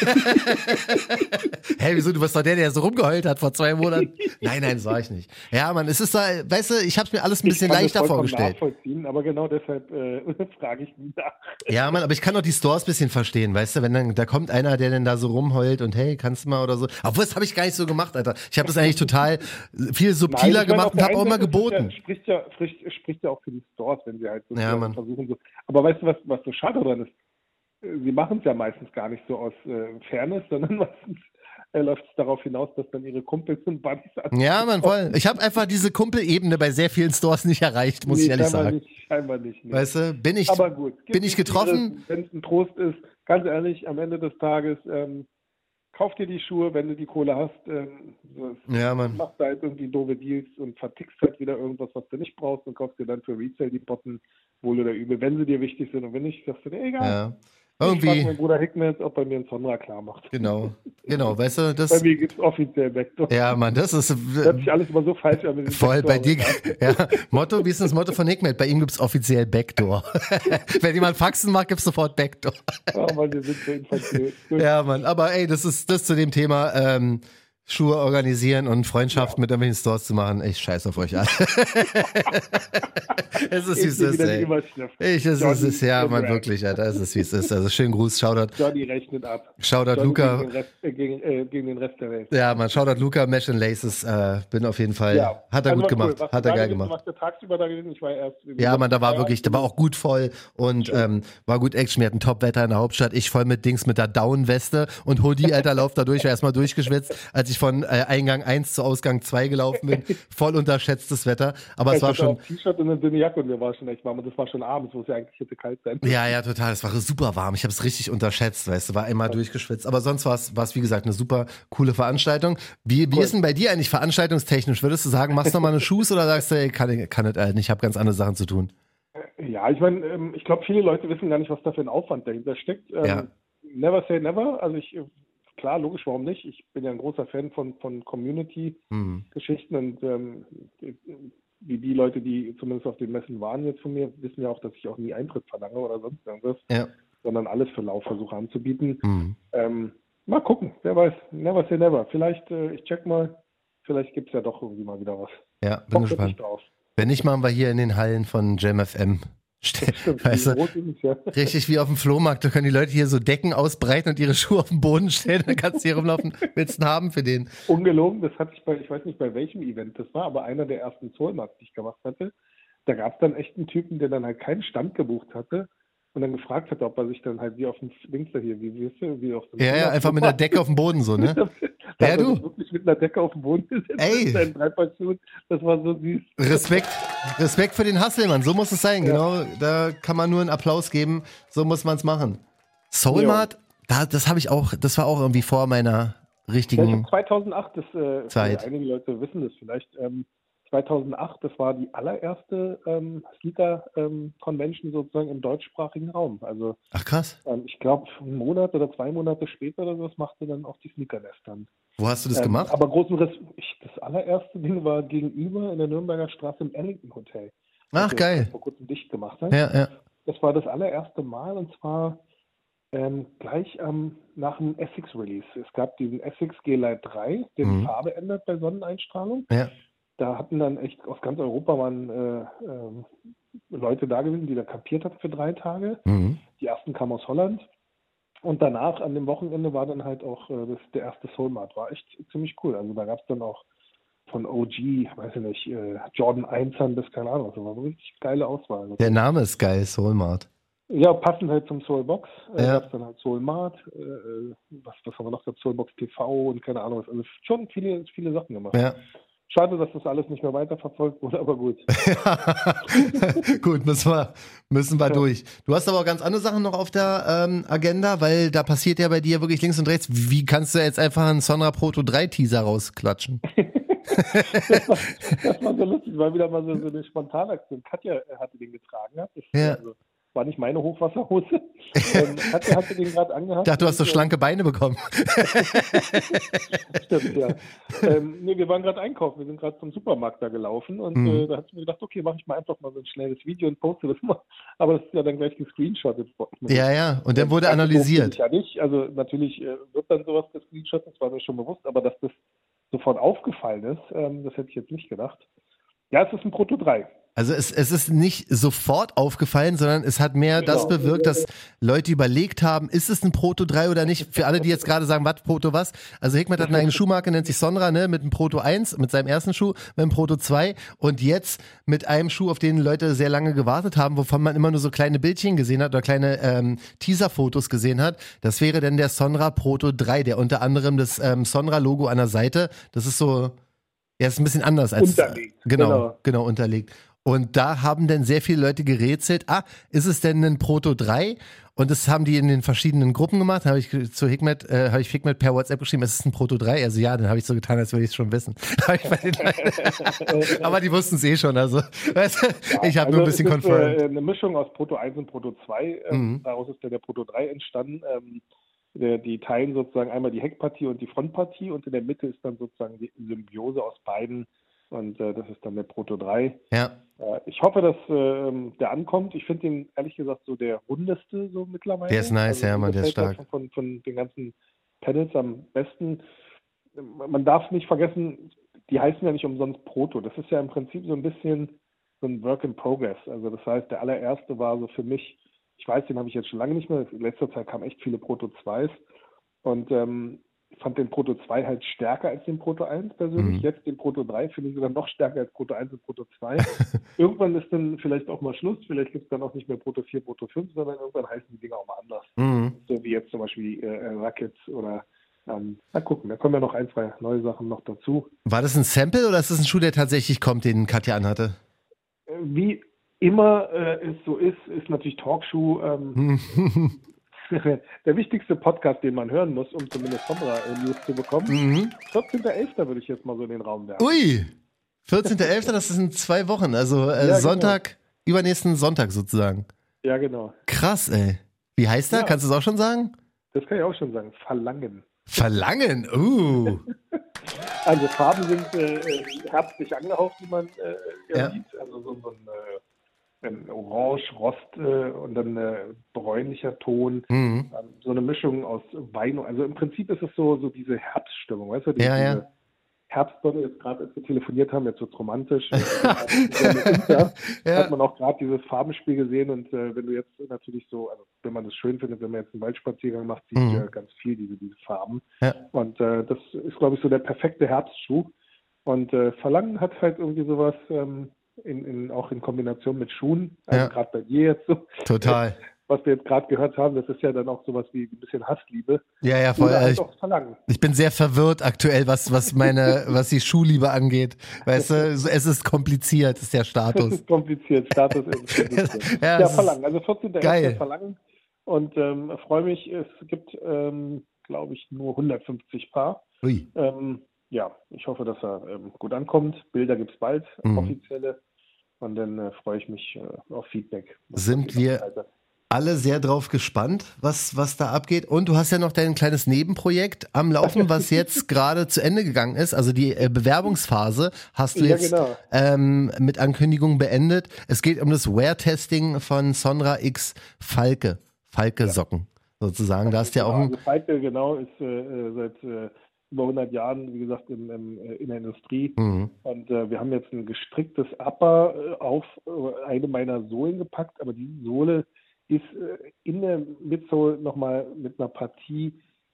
Hey, wieso, du warst doch der, der so rumgeheult hat vor zwei Monaten? Nein, nein, das war ich nicht. Ja, Mann, es ist da, weißt du, ich habe es mir alles ein bisschen ich kann leichter das vollkommen vorgestellt. nachvollziehen, aber genau deshalb äh, frage ich mich nach. Ja, Mann, aber ich kann doch die Stores ein bisschen verstehen, weißt du, wenn dann, da kommt einer, der dann da so rumheult und hey, kannst du mal oder so. Obwohl, das habe ich gar nicht so gemacht, Alter. Ich habe das eigentlich total viel subtiler Nein, ich meine, gemacht auf und der habe auch einen immer Seite geboten. Spricht ja, spricht, ja, spricht ja auch für die Stores, wenn sie halt so Ja, Mann. versuchen. So. Aber weißt du, was, was so schade dran ist? Sie machen es ja meistens gar nicht so aus äh, Fairness, sondern meistens äh, läuft es darauf hinaus, dass dann ihre Kumpels und Buddies an. Ja, Mann, voll. Ich habe einfach diese Kumpelebene bei sehr vielen Stores nicht erreicht, muss nee, ich ehrlich scheinbar sagen. Nicht, scheinbar nicht. Nee. Weißt du, bin ich, Aber gut. bin ich getroffen? Wenn es ein Trost ist, ganz ehrlich, am Ende des Tages, ähm, kauf dir die Schuhe, wenn du die Kohle hast. Ähm, Ja, Mann. Machst halt irgendwie doofe Deals und vertickst halt wieder irgendwas, was du nicht brauchst und kaufst dir dann für Resale die Botten, wohl oder übel, wenn sie dir wichtig sind und wenn nicht, sagst du dir, egal. Ja. Ich frage Irgendwie, meinen Bruder Hickmet, ob er mir einen Sonra klar macht. genau, genau, weißt du, Bei das, mir gibt es offiziell Backdoor. ja, Mann, das ist Das hört sich alles immer so falsch an. mit dem voll bei dir, Backdoor. ja, Motto, wie ist denn das Motto von Hikmet? Bei ihm gibt's offiziell Backdoor. Wenn jemand Faxen macht, gibt's sofort Backdoor. Ja, weil wir sind so infantil. Ja, Mann, aber ey, das ist das zu dem Thema, ähm, Schuhe organisieren und Freundschaft Ja. mit irgendwelchen Stores zu machen. Ich scheiß auf euch alle. Es ist, wie es Ich bin ist, wieder die ey. Überschrift. Ich, es Johnny ist, es ist, ja, the Mann, Brand. wirklich, Alter, es ist, wie es ist. Also, schönen Gruß, Shoutout. Johnny rechnet ab. Shoutout Johnny Luca. Gegen den, Rest, äh, gegen, äh, gegen den Rest der Welt. Ja, man, Shoutout Luca, Mesh and Laces, äh, bin auf jeden Fall, Ja. hat er Also gut war gemacht, cool. Warst hat du er da geil gewesen? gemacht. Warst du tagsüber da gewesen? Ich war erst. Ja, man, da war wirklich, da war auch gut voll und ähm, war gut Action. Wir hatten Top-Wetter in der Hauptstadt. Ich voll mit Dings mit der Down-Weste und Hoodie, Alter, lauf da durch, war erstmal durchgeschwitzt, als ich von äh, Eingang eins zu Ausgang zwei gelaufen bin. Voll unterschätztes Wetter, aber es ich war hatte schon, auch T-Shirt und eine dünne Jacke und mir war schon echt warm. Und das war schon abends, wo es ja eigentlich hätte kalt sein. ja, ja, total. Es war super warm. Ich habe es richtig unterschätzt, weißt du, war einmal durchgeschwitzt. Aber sonst war es, war es wie gesagt, eine super coole Veranstaltung. Wie, wie Cool. ist denn bei dir eigentlich veranstaltungstechnisch? Würdest du sagen, machst du noch mal eine Shoes oder sagst du, ey, kann, ich- kann nicht, ich habe ganz andere Sachen zu tun? Ja, ich meine, ähm, ich glaube, viele Leute wissen gar nicht, was da für ein Aufwand dahinter steckt. Ähm, Ja. Never say never. Also ich, äh, klar, logisch, warum nicht? Ich bin ja ein großer Fan von, von Community-Geschichten Hm. und ähm, wie die Leute, die zumindest auf den Messen waren jetzt von mir, wissen ja auch, dass ich auch nie Eintritt verlange oder sonst irgendwas, Ja. sondern alles für Lauf versuche anzubieten. Hm. Ähm, mal gucken, wer weiß. Never say never. Vielleicht, äh, ich check mal, vielleicht gibt es ja doch irgendwie mal wieder was. Ja, bin Bock gespannt. wirklich drauf. Wenn nicht, machen wir hier in den Hallen von Jam F M. Ste- Stimmt, Weißt wie du, groß ist es, ja. richtig wie auf dem Flohmarkt. Da können die Leute hier so Decken ausbreiten und ihre Schuhe auf den Boden stellen. Dann kannst du hier rumlaufen. Willst du einen haben für den? Ungelogen, das hatte ich bei, ich weiß nicht bei welchem Event das war, aber einer der ersten Soulmarts, die ich gemacht hatte, da gab es dann echt einen Typen, der dann halt keinen Stand gebucht hatte und dann gefragt hatte, ob er sich dann halt wie auf dem Dings da hier, wie, wie, ist der, wie auf dem Ja, ja, einfach mit einer Decke auf dem Boden so, ne? Da Ja, hat er du. sich wirklich mit einer Decke auf dem Boden gesetzt. Ey. Mit seinen drei Paar Schuhen. Das war so süß. Respekt, Respekt für den Hustle, Mann. So muss es sein, Ja. genau. Da kann man nur einen Applaus geben. So muss man es machen. Soulmart, da, das habe ich auch, das war auch irgendwie vor meiner Ja, ich richtigen. hab zweitausendacht, das, äh, Zeit. einige Leute wissen das vielleicht, ähm, zweitausendacht, das war die allererste ähm, Sneaker-Convention sozusagen im deutschsprachigen Raum. Also Ach krass. ähm, ich glaube, einen Monat oder zwei Monate später oder so, das machte dann auch die Sneakernest dann. Wo hast du das Ähm, gemacht? aber großen Res- ich, das allererste Ding war gegenüber in der Nürnberger Straße im Ellington Hotel. Ach, das wir geil. vor kurzem dicht gemacht haben. Ja, ja. Das war das allererste Mal und zwar ähm, gleich ähm, nach dem Essex Release. Es gab diesen Essex G-Lite drei, der Mhm. die Farbe ändert bei Sonneneinstrahlung. Ja. Da hatten dann echt aus ganz Europa waren äh, ähm, Leute da gewesen, die da kampiert hatten für drei Tage. Mhm. Die ersten kamen aus Holland. Und danach, an dem Wochenende, war dann halt auch äh, das, der erste Soulmart. War echt ziemlich cool. Also da gab es dann auch von O G, weiß ich nicht, äh, Jordan eins bis keine Ahnung. Das war eine richtig geile Auswahl. Der Name ist geil, Soulmart. Ja, passend halt zum Soulbox. Äh, Ja. gab es dann halt Soulmart, äh, was, was haben wir noch gehabt? Soulbox T V und keine Ahnung was. Also schon viele, viele Sachen gemacht. Ja. Schade, dass das alles nicht mehr weiterverfolgt wurde, aber gut. Gut, müssen wir, müssen wir Ja. durch. Du hast aber auch ganz andere Sachen noch auf der ähm, Agenda, weil da passiert ja bei dir wirklich links und rechts. Wie kannst du jetzt einfach einen Sonra Proto drei Teaser rausklatschen? das, war, das war so lustig, war wieder mal so, so eine Spontanaktion. Katja äh, hatte den getragen. Das Ja. also, war nicht meine Hochwasserhose. ähm, Katja hatte den gerade angehabt. Ich dachte, du hast so und, äh, schlanke Beine bekommen. Stimmt, ja. ähm, nee, wir waren gerade einkaufen, wir sind gerade zum Supermarkt da gelaufen und Mhm. äh, da hat sie mir gedacht, okay, mache ich mal einfach mal so ein schnelles Video und poste das mal. Aber das ist ja dann gleich gescreenshottet. Ja, ja. Und dann wurde Das durfte analysiert. ich ja nicht. Also natürlich äh, wird dann sowas gescreenshottet, das war mir schon bewusst, aber dass das sofort aufgefallen ist, ähm, das hätte ich jetzt nicht gedacht. Ja, es ist ein Proto drei. Also es, es ist nicht sofort aufgefallen, sondern es hat mehr Genau. das bewirkt, dass Leute überlegt haben, ist es ein Proto drei oder nicht? Für alle, die jetzt gerade sagen, was, Proto was? Also Hikmet hat eine eigene Schuhmarke, nennt sich Sonra, ne, mit dem Proto eins, mit seinem ersten Schuh, mit dem Proto zwei und jetzt mit einem Schuh, auf den Leute sehr lange gewartet haben, wovon man immer nur so kleine Bildchen gesehen hat oder kleine ähm, Teaser-Fotos gesehen hat. Das wäre dann der Sonra Proto drei, der unter anderem das ähm, Sonra-Logo an der Seite, das ist so, ja, ist ein bisschen anders als Unterlegt, Genau, genau, genau. unterlegt. Und da haben dann sehr viele Leute gerätselt, ah, ist es denn ein Proto drei? Und das haben die in den verschiedenen Gruppen gemacht. Da habe ich zu Hikmet, äh, habe ich Hikmet per WhatsApp geschrieben, ist es ein Proto drei? Also ja, dann habe ich so getan, als würde ich es schon wissen. Aber die wussten es eh schon, also weißt du, ich habe Also nur ein bisschen es ist, confirmed. äh, eine Mischung aus Proto eins und Proto zwei. Ähm, Mhm. Daraus ist ja der Proto drei entstanden. Ähm, der, die teilen sozusagen einmal die Heckpartie und die Frontpartie und in der Mitte ist dann sozusagen die Symbiose aus beiden und äh, das ist dann der Proto drei. Ja, Äh, ich hoffe, dass ähm, der ankommt. Ich finde ihn ehrlich gesagt so der rundeste so mittlerweile. der ist nice, ja, mir Mann, der ist gefällt stark. Von, von, von den ganzen Pedals am besten. Man darf nicht vergessen, die heißen ja nicht umsonst Proto. Das ist ja im Prinzip so ein bisschen so ein Work in Progress. Also das heißt, der allererste war so für mich, ich weiß, den habe ich jetzt schon lange nicht mehr. In letzter Zeit kamen echt viele Proto zweis und ähm, ich fand den Proto zwei halt stärker als den Proto eins persönlich. Mhm. Jetzt den Proto drei finde ich sogar noch stärker als Proto eins und Proto zwei. Irgendwann ist dann vielleicht auch mal Schluss. Vielleicht gibt es dann auch nicht mehr Proto vier, Proto fünf, sondern irgendwann heißen die Dinger auch mal anders. Mhm. So wie jetzt zum Beispiel äh, Rockets oder ähm, mal gucken. Da kommen ja noch ein, zwei neue Sachen noch dazu. War das ein Sample oder ist das ein Schuh, der tatsächlich kommt, den Katja anhatte? Äh, wie immer äh, es so ist, ist natürlich Talkshow ähm, der wichtigste Podcast, den man hören muss, um zumindest Sonra-News zu bekommen. Mhm. vierzehnter elfter würde ich jetzt mal so in den Raum werfen. Ui, vierzehnter elfter, das ist in zwei Wochen, also äh, Ja, genau. Sonntag, übernächsten Sonntag sozusagen. Ja, genau. Krass, ey. Wie heißt der? Ja. Kannst du es auch schon sagen? Das kann ich auch schon sagen. Verlangen. Verlangen, uh. Also Farben sind äh, herbstlich angehaucht, wie man äh, ja Ja. sieht. Also so, so ein, äh, ein Orange, Rost äh, und dann äh, bräunlicher Ton. Mhm. Ähm, so eine Mischung aus Wein. Also im Prinzip ist es so, so diese Herbststimmung, weißt du? Die, Ja, ja. diese Herbstsonne, jetzt gerade als wir telefoniert haben, jetzt wird's romantisch. ja, Ja. hat man auch gerade dieses Farbenspiel gesehen und äh, wenn du jetzt natürlich so, also wenn man das schön findet, wenn man jetzt einen Waldspaziergang macht, siehst Mhm. du ja ganz viel diese, diese Farben. Ja. Und äh, das ist, glaube ich, so der perfekte Herbstschuh. Und äh, Verlangen hat halt irgendwie sowas, ähm, in, in, auch in Kombination mit Schuhen, also Ja. gerade bei dir jetzt so, Total. was wir jetzt gerade gehört haben, das ist ja dann auch sowas wie ein bisschen Hassliebe. Ja, ja, voll. Oder äh, halt Ich, auch Verlangen. ich bin sehr verwirrt aktuell, was, was meine, was die Schuhliebe angeht. Weißt du, so- es ist kompliziert, ist der Das Status. ist kompliziert, Status ist kompliziert. Ja, Ja, es ist Verlangen, also vierzehnter geil. elfter Verlangen. Und ähm, freue mich, es gibt, ähm, glaube ich, nur hundertfünfzig Paar. Ui. Ähm, ja, ich hoffe, dass er ähm, gut ankommt. Bilder gibt es bald, Mhm. offizielle. Und dann äh, freue ich mich äh, auf Feedback. Sind wir alle sehr drauf gespannt, was, was da abgeht. Und du hast ja noch dein kleines Nebenprojekt am Laufen, was jetzt gerade zu Ende gegangen ist. Also die äh, Bewerbungsphase hast du Ja, jetzt genau. ähm, mit Ankündigung beendet. Es geht um das Wear-Testing von Sonra X Falke. Falke-Socken sozusagen. Da hast du ja auch Genau, ein, also Falke, genau, ist äh, seit äh, über hundert Jahren, wie gesagt, in, in, in der Industrie. Mhm. Und äh, wir haben jetzt ein gestricktes Upper äh, auf äh, eine meiner Sohlen gepackt, aber die Sohle ist äh, in der Midsole nochmal mit einer Partie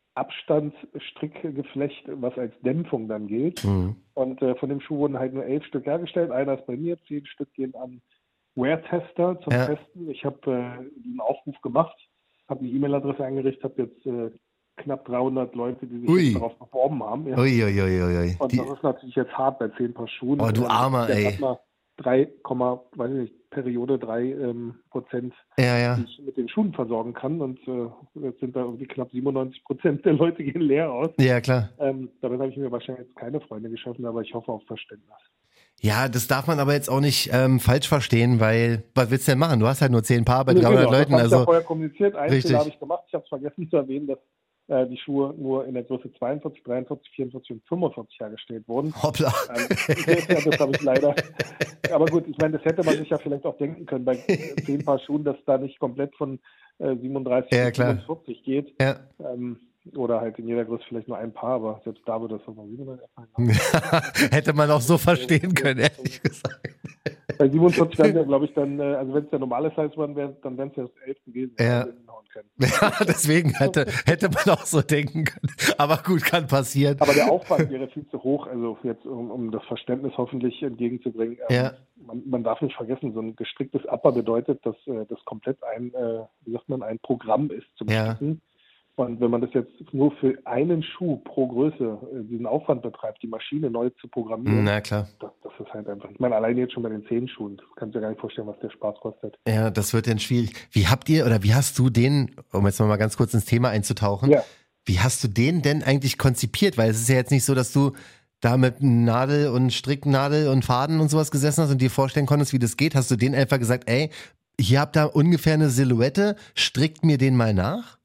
Abstandsstrickgeflecht, was als Dämpfung dann gilt. Mhm. Und äh, von dem Schuh wurden halt nur elf Stück hergestellt. Einer ist bei mir, zehn Stück gehen an Wear-Tester zum Ja. Testen. Ich habe äh, einen Aufruf gemacht, habe eine E-Mail-Adresse eingerichtet, habe jetzt äh, knapp dreihundert Leute, die sich Ui. jetzt darauf beworben haben. Ja. Uiuiuiui. Und Die, das ist natürlich jetzt hart bei zehn Paar Schuhen. Oh, du Ähm, Armer, ich hab ey. grad mal drei, weiß ich nicht, Periode drei ähm, Prozent, ja, ja. die ich mit den Schuhen versorgen kann. Und äh, jetzt sind da irgendwie knapp siebenundneunzig Prozent der Leute gehen leer aus. Ja, klar. Ähm, damit habe ich mir wahrscheinlich jetzt keine Freunde geschaffen, aber ich hoffe auf Verständnis. Ja, das darf man aber jetzt auch nicht ähm, falsch verstehen, weil, was willst du denn machen? Du hast halt nur zehn Paar bei Nee, dreihundert genau, Leuten. das habe ich ja Also, vorher kommuniziert. Ein richtig. Fehler habe ich gemacht. Ich habe es vergessen zu erwähnen, dass äh, die Schuhe nur in der Größe zweiundvierzig, dreiundvierzig, vierundvierzig und fünfundvierzig hergestellt wurden. hoppla. Ähm, ja, das habe ich leider. Aber gut, ich meine, das hätte man sich ja vielleicht auch denken können bei zehn Paar Schuhen, dass da nicht komplett von äh, siebenunddreißig Ja, bis klar. siebenundvierzig geht. Ja. Ähm, oder halt in jeder Größe vielleicht nur ein Paar, aber selbst da würde das von siebenunddreißig erfallen. Hätte man auch so verstehen können, ehrlich gesagt. Bei siebenundvierzig wären ja, glaube ich, dann, äh, also wenn es der normale Size waren, wär, dann wären es ja das elf gewesen. Ja. Ja, deswegen hätte, hätte man auch so denken können. Aber gut, kann passieren. Aber der Aufwand wäre viel zu hoch, also jetzt um, um das Verständnis hoffentlich entgegenzubringen. Ähm, Ja. man, man darf nicht vergessen, so ein gestricktes Upper bedeutet, dass äh, das komplett ein, äh, wie sagt man, ein Programm ist zum Ja. Stricken. Und wenn man das jetzt nur für einen Schuh pro Größe äh, diesen Aufwand betreibt, die Maschine neu zu programmieren, Na klar. das, das ist halt einfach. Ich meine, alleine jetzt schon bei den zehn Schuhen, das kannst du dir gar nicht vorstellen, was der Spaß kostet. Ja, das wird dann schwierig. Wie habt ihr oder wie hast du den, um jetzt noch mal ganz kurz ins Thema einzutauchen, Ja. wie hast du den denn eigentlich konzipiert? Weil es ist ja jetzt nicht so, dass du da mit Nadel und Stricknadel und Faden und sowas gesessen hast und dir vorstellen konntest, wie das geht. Hast du denen einfach gesagt, ey, hier habt ihr ungefähr eine Silhouette, strickt mir den mal nach?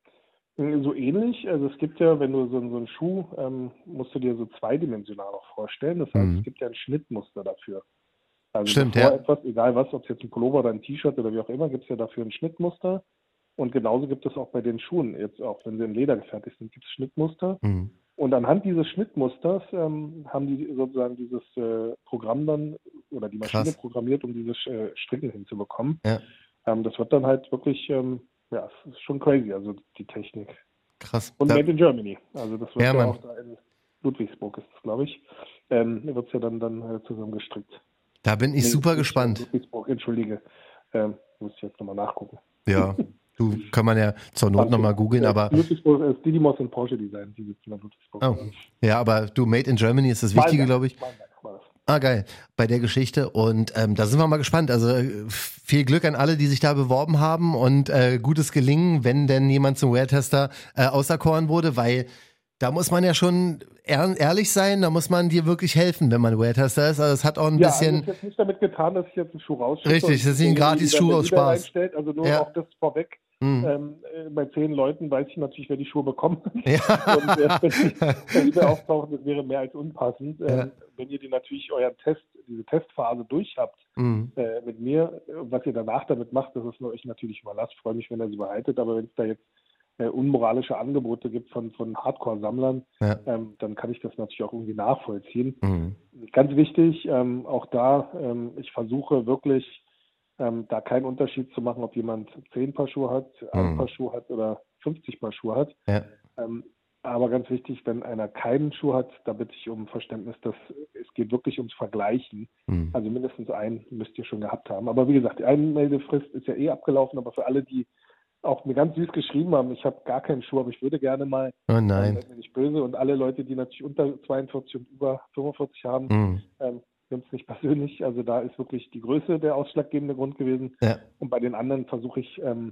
So ähnlich. Also es gibt ja, wenn du so, so einen Schuh, ähm, musst du dir so zweidimensional auch vorstellen. Das heißt, Mhm. es gibt ja ein Schnittmuster dafür. Also Stimmt, bevor ja. etwas, egal was, ob es jetzt ein Pullover oder ein T-Shirt oder wie auch immer, gibt es ja dafür ein Schnittmuster. Und genauso gibt es auch bei den Schuhen, jetzt auch wenn sie in Leder gefertigt sind, gibt es Schnittmuster. Mhm. Und anhand dieses Schnittmusters ähm, haben die sozusagen dieses äh, Programm dann oder die Maschine Krass. programmiert, um dieses äh, Stricken hinzubekommen. Ja. Ähm, das wird dann halt wirklich, ähm, ja, es ist schon crazy, also die Technik. Krass. Und Da, Made in Germany. Also das wird Ja, ja, Mann. auch da in Ludwigsburg ist es, glaube ich. Ähm, wird es ja dann, dann äh, zusammen gestrickt. da bin ich Nee, super nicht, äh, gespannt. Ludwigsburg, entschuldige. Ähm, muss ich jetzt nochmal nachgucken. Ja, du kann man ja zur Not nochmal googeln, Äh, aber Ludwigsburg ist Didymos und Porsche Design, die sitzen in Ludwigsburg. oh. Ja, aber du, Made in Germany ist das Wichtige, Malwerk, glaube ich. Malwerk war das. Ah, geil. Bei der Geschichte. Und ähm, da sind wir mal gespannt. Also äh, viel Glück an alle, die sich da beworben haben und äh, gutes Gelingen, wenn denn jemand zum Wear-Tester äh, auserkoren wurde, weil da muss man ja schon ehr ehrlich sein, da muss man dir wirklich helfen, wenn man Wear-Tester ist. Also es hat auch ein Ja, bisschen... also es ist jetzt nicht damit getan, dass ich jetzt einen Schuh rausschicke. Richtig, das ist nicht ein gratis Schuh aus Spaß. Also nur Ja. auch das vorweg. Hm. Ähm, äh, bei zehn Leuten weiß ich natürlich, wer die Schuhe bekommt. Ja. Und äh, wenn die, wenn die da auftauchen, das wäre mehr als unpassend. Ähm, Ja. Wenn ihr die natürlich euren Test, diese Testphase durch habt Mhm. äh, mit mir, äh, was ihr danach damit macht, das ist nur euch natürlich überlasst. Ich freue mich, wenn ihr sie behaltet, aber wenn es da jetzt äh, unmoralische Angebote gibt von, von Hardcore-Sammlern, Ja. ähm, dann kann ich das natürlich auch irgendwie nachvollziehen. Mhm. Ganz wichtig, ähm, auch da, ähm, ich versuche wirklich, ähm, da keinen Unterschied zu machen, ob jemand zehn Paar Schuhe hat, ein Mhm. Paar Schuhe hat oder fünfzig Paar Schuhe hat. Ja. Ähm, aber ganz wichtig, wenn einer keinen Schuh hat, da bitte ich um Verständnis, dass es geht wirklich ums Vergleichen. Mhm. Also mindestens einen müsst ihr schon gehabt haben. Aber wie gesagt, die Einmeldefrist ist ja eh abgelaufen, aber für alle, die auch mir ganz süß geschrieben haben, ich habe gar keinen Schuh, aber ich würde gerne mal, Oh ähm, nein. seid mir nicht böse. Und alle Leute, die natürlich unter zweiundvierzig und über fünfundvierzig haben, Mhm. ähm, nimmt es nicht persönlich. Also da ist wirklich die Größe der ausschlaggebende Grund gewesen. Ja. Und bei den anderen versuche ich, ähm,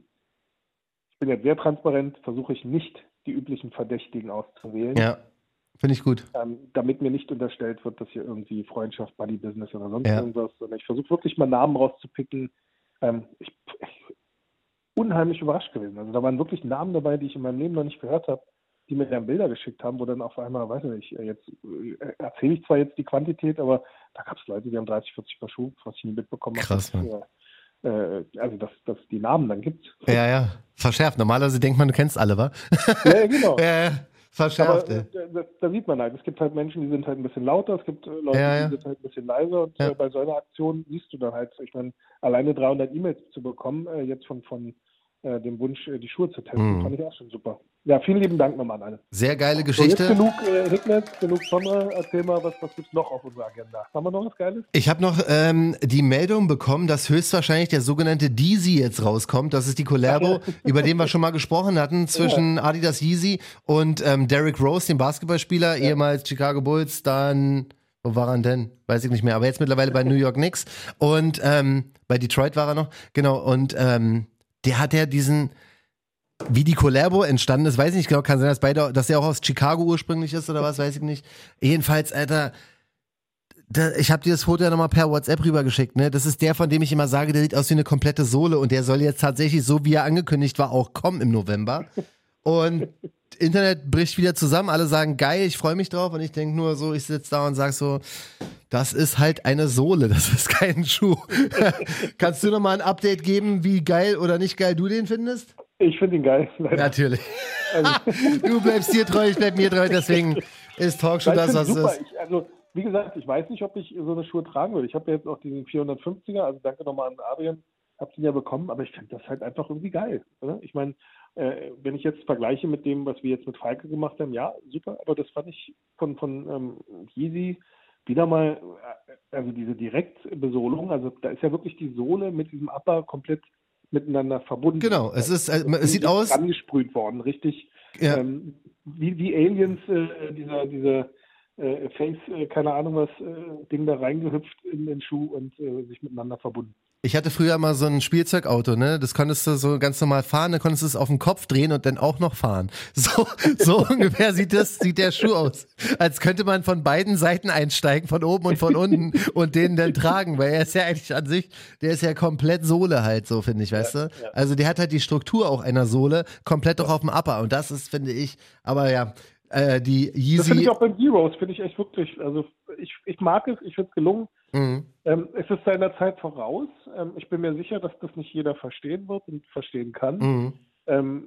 ich bin jetzt sehr transparent, versuche ich nicht die üblichen Verdächtigen auszuwählen, Ja. Finde ich gut. ähm, damit mir nicht unterstellt wird, dass hier irgendwie Freundschaft, Buddy Business oder sonst Ja. irgendwas, sondern ich versuche wirklich mal Namen rauszupicken. Ähm, ich, ich unheimlich überrascht gewesen. Also da waren wirklich Namen dabei, die ich in meinem Leben noch nicht gehört habe, die mir dann Bilder geschickt haben, wo dann auf einmal, weiß ich nicht, jetzt äh, erzähle ich zwar jetzt die Quantität, aber da gab es Leute, die haben dreißig, vierzig Paar Schuhe, was ich nie mitbekommen habe. Krass, Mann. Äh, also, dass dass die Namen dann gibt. Ja, ja. Verschärft. Normalerweise denkt man, du kennst alle, wa? Ja, ja, genau. Ja, ja. Verschärft, Aber ey. äh, da, da sieht man halt, es gibt halt Menschen, die sind halt ein bisschen lauter, es gibt äh, Leute, Ja, ja. die sind halt ein bisschen leiser und Ja. äh, bei so einer Aktion siehst du dann halt, ich meine, alleine dreihundert E-Mails zu bekommen, äh, jetzt von, von äh, dem Wunsch, äh, die Schuhe zu testen. Mhm. Fand ich auch schon super. Ja, vielen lieben Dank nochmal an alle. Sehr geile Geschichte. So, jetzt genug äh, Hicknet, genug Genre. Erzähl mal, was, was gibt es noch auf unserer Agenda? Haben wir noch was Geiles? Ich habe noch ähm, die Meldung bekommen, dass höchstwahrscheinlich der sogenannte Yeezy jetzt rauskommt. Das ist die Collabo, über den wir schon mal gesprochen hatten, zwischen ja. Adidas Yeezy und ähm, Derrick Rose, dem Basketballspieler, ja. ehemals Chicago Bulls, dann, wo war er denn? Weiß ich nicht mehr, aber jetzt mittlerweile bei New York Knicks und ähm, bei Detroit war er noch, genau, und ähm, der hat ja diesen, wie die Collabo entstanden ist, weiß ich nicht genau, kann sein, dass beide, dass der auch aus Chicago ursprünglich ist oder was, weiß ich nicht. Jedenfalls, Alter, da, ich habe dir das Foto ja nochmal per WhatsApp rübergeschickt, ne? Das ist der, von dem ich immer sage, der sieht aus wie eine komplette Sohle und der soll jetzt tatsächlich, so wie er angekündigt war, auch kommen im November. Und Internet bricht wieder zusammen, alle sagen geil, ich freue mich drauf und ich denke nur so, ich sitze da und sag so, das ist halt eine Sohle, das ist kein Schuh. Kannst du nochmal ein Update geben, wie geil oder nicht geil du den findest? Ich finde ihn geil. Leider. Natürlich. Also. Du bleibst dir treu, ich bleib mir treu, deswegen ist Talkshow das, was es ist. Ich, also, wie gesagt, ich weiß nicht, ob ich so eine Schuhe tragen würde. Ich habe ja jetzt auch diesen vierhundertfünfziger, also danke nochmal an Adrian, hab den ja bekommen, aber ich finde das halt einfach irgendwie geil. Oder? Ich meine, äh, wenn ich jetzt vergleiche mit dem, was wir jetzt mit Falke gemacht haben, ja, super, aber das fand ich von, von ähm, Yeezy wieder mal, also diese Direktbesohlung, also da ist ja wirklich die Sohle mit diesem Upper komplett miteinander verbunden. Genau, es ist, äh, es sieht aus angesprüht worden, richtig, ja. ähm, wie, wie Aliens, äh, dieser, dieser äh, Face, äh, keine Ahnung was, äh, Ding da reingehüpft in den Schuh und äh, sich miteinander verbunden. Ich hatte früher mal so ein Spielzeugauto, ne? Das konntest du so ganz normal fahren, dann konntest du es auf den Kopf drehen und dann auch noch fahren. So, so ungefähr sieht das, sieht der Schuh aus. Als könnte man von beiden Seiten einsteigen, von oben und von unten und den dann tragen, weil er ist ja eigentlich an sich, der ist ja komplett Sohle halt so, finde ich, weißt ja, du? Ja. Also der hat halt die Struktur auch einer Sohle, komplett doch auf dem Upper und das ist, finde ich, aber ja, äh, die Yeezy. Das finde ich auch beim Heroes, finde ich echt wirklich, also ich, ich mag es, ich finde es gelungen. Mhm. Ähm, es ist seiner Zeit voraus. Ähm, ich bin mir sicher, dass das nicht jeder verstehen wird und verstehen kann. Mhm. Ähm,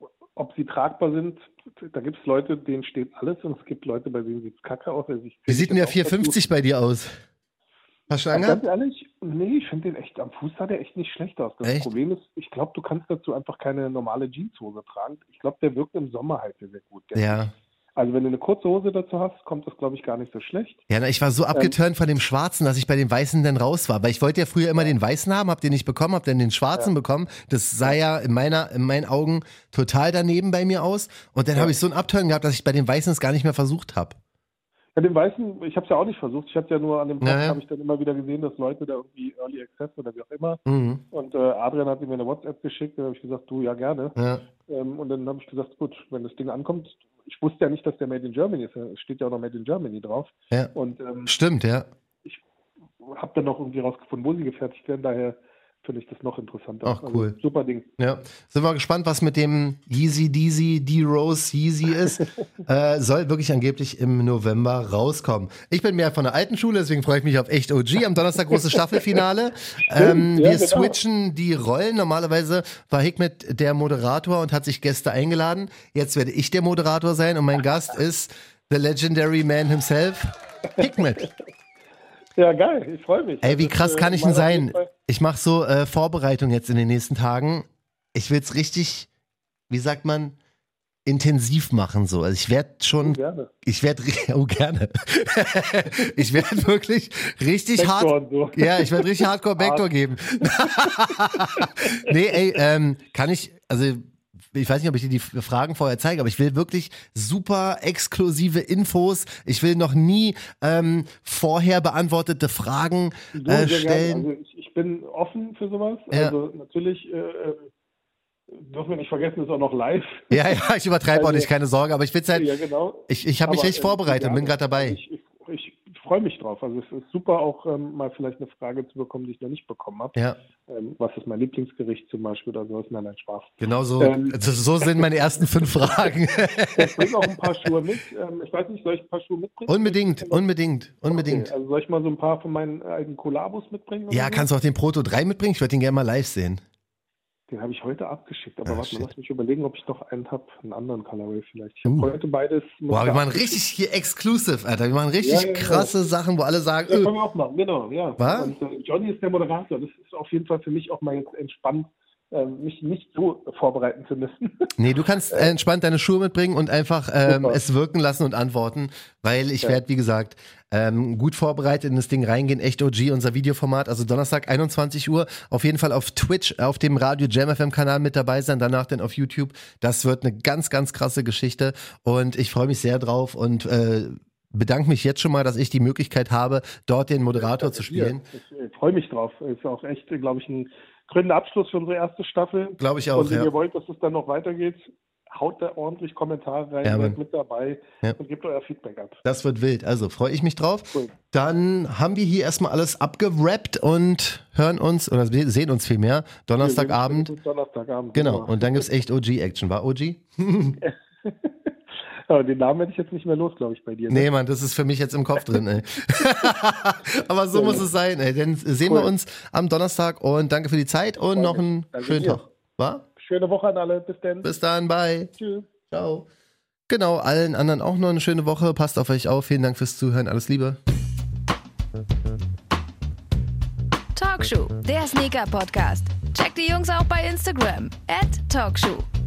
ob sie tragbar sind, da gibt es Leute, denen steht alles und es gibt Leute, bei denen sieht es kacke aus. Also Wie sieht denn der vier fünfzig bei dir aus? Hast du ganz ehrlich, nee, ich finde den echt, am Fuß sah der echt nicht schlecht aus. Das echt? Problem ist, ich glaube, du kannst dazu einfach keine normale Jeanshose tragen. Ich glaube, der wirkt im Sommer halt sehr, sehr gut. Ja. Also wenn du eine kurze Hose dazu hast, kommt das, glaube ich, gar nicht so schlecht. Ja, na, ich war so abgeturnt ähm, von dem Schwarzen, dass ich bei dem Weißen dann raus war. Weil ich wollte ja früher immer den Weißen haben, hab den nicht bekommen, hab dann den Schwarzen ja. bekommen. Das sah ja in meiner, in meinen Augen total daneben bei mir aus. Und dann ja. habe ich so einen Abturn gehabt, dass ich bei dem Weißen es gar nicht mehr versucht habe. Ja, den Weißen, ich habe es ja auch nicht versucht. Ich hatte ja nur an dem Tag, naja. habe ich dann immer wieder gesehen, dass Leute da irgendwie Early Access oder wie auch immer. Mhm. Und äh, Adrian hat mir eine WhatsApp geschickt, da habe ich gesagt, du, ja gerne. Ja. Ähm, und dann habe ich gesagt, gut, wenn das Ding ankommt, ich wusste ja nicht, dass der Made in Germany ist. Es steht ja auch noch Made in Germany drauf. Ja. Und, ähm, stimmt, ja. Ich habe dann noch irgendwie rausgefunden, wo sie gefertigt werden. Daher finde ich das noch interessanter. Ach, cool. Also, super Ding. Ja. Sind wir gespannt, was mit dem Yeezy, Deezy, D-Rose, Yeezy ist. äh, soll wirklich angeblich im November rauskommen. Ich bin mehr von der alten Schule, deswegen freue ich mich auf Echt O G. Am Donnerstag großes Staffelfinale. ähm, ja, wir genau. switchen die Rollen. Normalerweise war Hikmet der Moderator und hat sich Gäste eingeladen. Jetzt werde ich der Moderator sein und mein Gast ist the legendary man himself, Hikmet. Ja, geil, ich freue mich. Ey, wie krass kann ich denn sein? Ich mache so äh, Vorbereitung jetzt in den nächsten Tagen. Ich will es richtig, wie sagt man, intensiv machen so. Also ich werde schon, oh, gerne. ich werde, oh gerne, ich werde wirklich richtig hart, so. ja, ich werde richtig Hardcore Backdoor geben. Nee, ey, ähm, kann ich, also ich weiß nicht, ob ich dir die Fragen vorher zeige, aber ich will wirklich super exklusive Infos. Ich will noch nie ähm, vorher beantwortete Fragen äh, stellen. Also ich, ich bin offen für sowas. Ja. Also natürlich äh, dürfen wir nicht vergessen, ist auch noch live. Ja, ja, ich übertreibe also, auch nicht, keine Sorge, aber ich will halt, ja, genau. ich, ich habe mich echt vorbereitet und bin gerade dabei. Ich, ich, ich freue mich drauf. Also es ist super, auch ähm, mal vielleicht eine Frage zu bekommen, die ich noch nicht bekommen habe. Ja. Ähm, was ist mein Lieblingsgericht zum Beispiel oder sowas? Nein, nein, Spaß. Genau so, ähm, also so sind meine ersten fünf Fragen. Ich bringe auch ein paar Schuhe mit. Ähm, ich weiß nicht, soll ich ein paar Schuhe mitbringen? Unbedingt, unbedingt, unbedingt. Okay, also soll ich mal so ein paar von meinen alten Collabos mitbringen? Ja, so? Kannst du auch den Proto drei mitbringen? Ich würde den gerne mal live sehen. Den habe ich heute abgeschickt, aber ah, warte mal, lass mich überlegen, ob ich noch einen habe, einen anderen Colorway vielleicht. Ich habe uh. heute beides. Boah, wir machen richtig hier exclusive, Alter. Wir machen richtig ja, ja, krasse ja. Sachen, wo alle sagen, ja, können wir auch machen, genau, ja. Was? Und äh, Johnny ist der Moderator. Das ist auf jeden Fall für mich auch mal jetzt entspannt, ähm, mich nicht so vorbereiten zu müssen. Nee, du kannst äh, entspannt deine Schuhe mitbringen und einfach ähm, es wirken lassen und antworten, weil ich Ja. werde, wie gesagt, ähm, gut vorbereitet in das Ding reingehen. Echt O G, unser Videoformat, also Donnerstag einundzwanzig Uhr, auf jeden Fall auf Twitch, auf dem Radio Jam F M Kanal mit dabei sein, danach dann auf YouTube. Das wird eine ganz, ganz krasse Geschichte und ich freue mich sehr drauf und äh, bedanke mich jetzt schon mal, dass ich die Möglichkeit habe, dort den Moderator zu spielen. Ich, ich freue mich drauf. Ist auch echt, glaube ich, ein krönender Abschluss für unsere erste Staffel. Glaube ich auch, Und wenn ja. ihr wollt, dass es dann noch weitergeht, haut da ordentlich Kommentare rein, Ja, seid Mann. mit dabei Ja. und gebt euer Feedback ab. Das wird wild, also freue ich mich drauf. Cool. Dann haben wir hier erstmal alles abgerappt und hören uns, oder sehen uns vielmehr, Donnerstagabend. Wir sehen uns Donnerstagabend. Genau, und dann gibt's echt O G-Action, war O G? Aber den Namen hätte ich jetzt nicht mehr los, glaube ich, bei dir. Ne? Nee, Mann, das ist für mich jetzt im Kopf drin, ey. Aber so muss es sein, ey. Dann sehen Cool. wir uns am Donnerstag und danke für die Zeit und Freue noch mich. einen Danke schönen dir. Tag. War? Schöne Woche an alle. Bis dann. Bis dann, bye. Tschüss. Ciao. Genau, allen anderen auch noch eine schöne Woche. Passt auf euch auf. Vielen Dank fürs Zuhören. Alles Liebe. Talkshow, der Sneaker-Podcast. Checkt die Jungs auch bei Instagram. at Talkshow.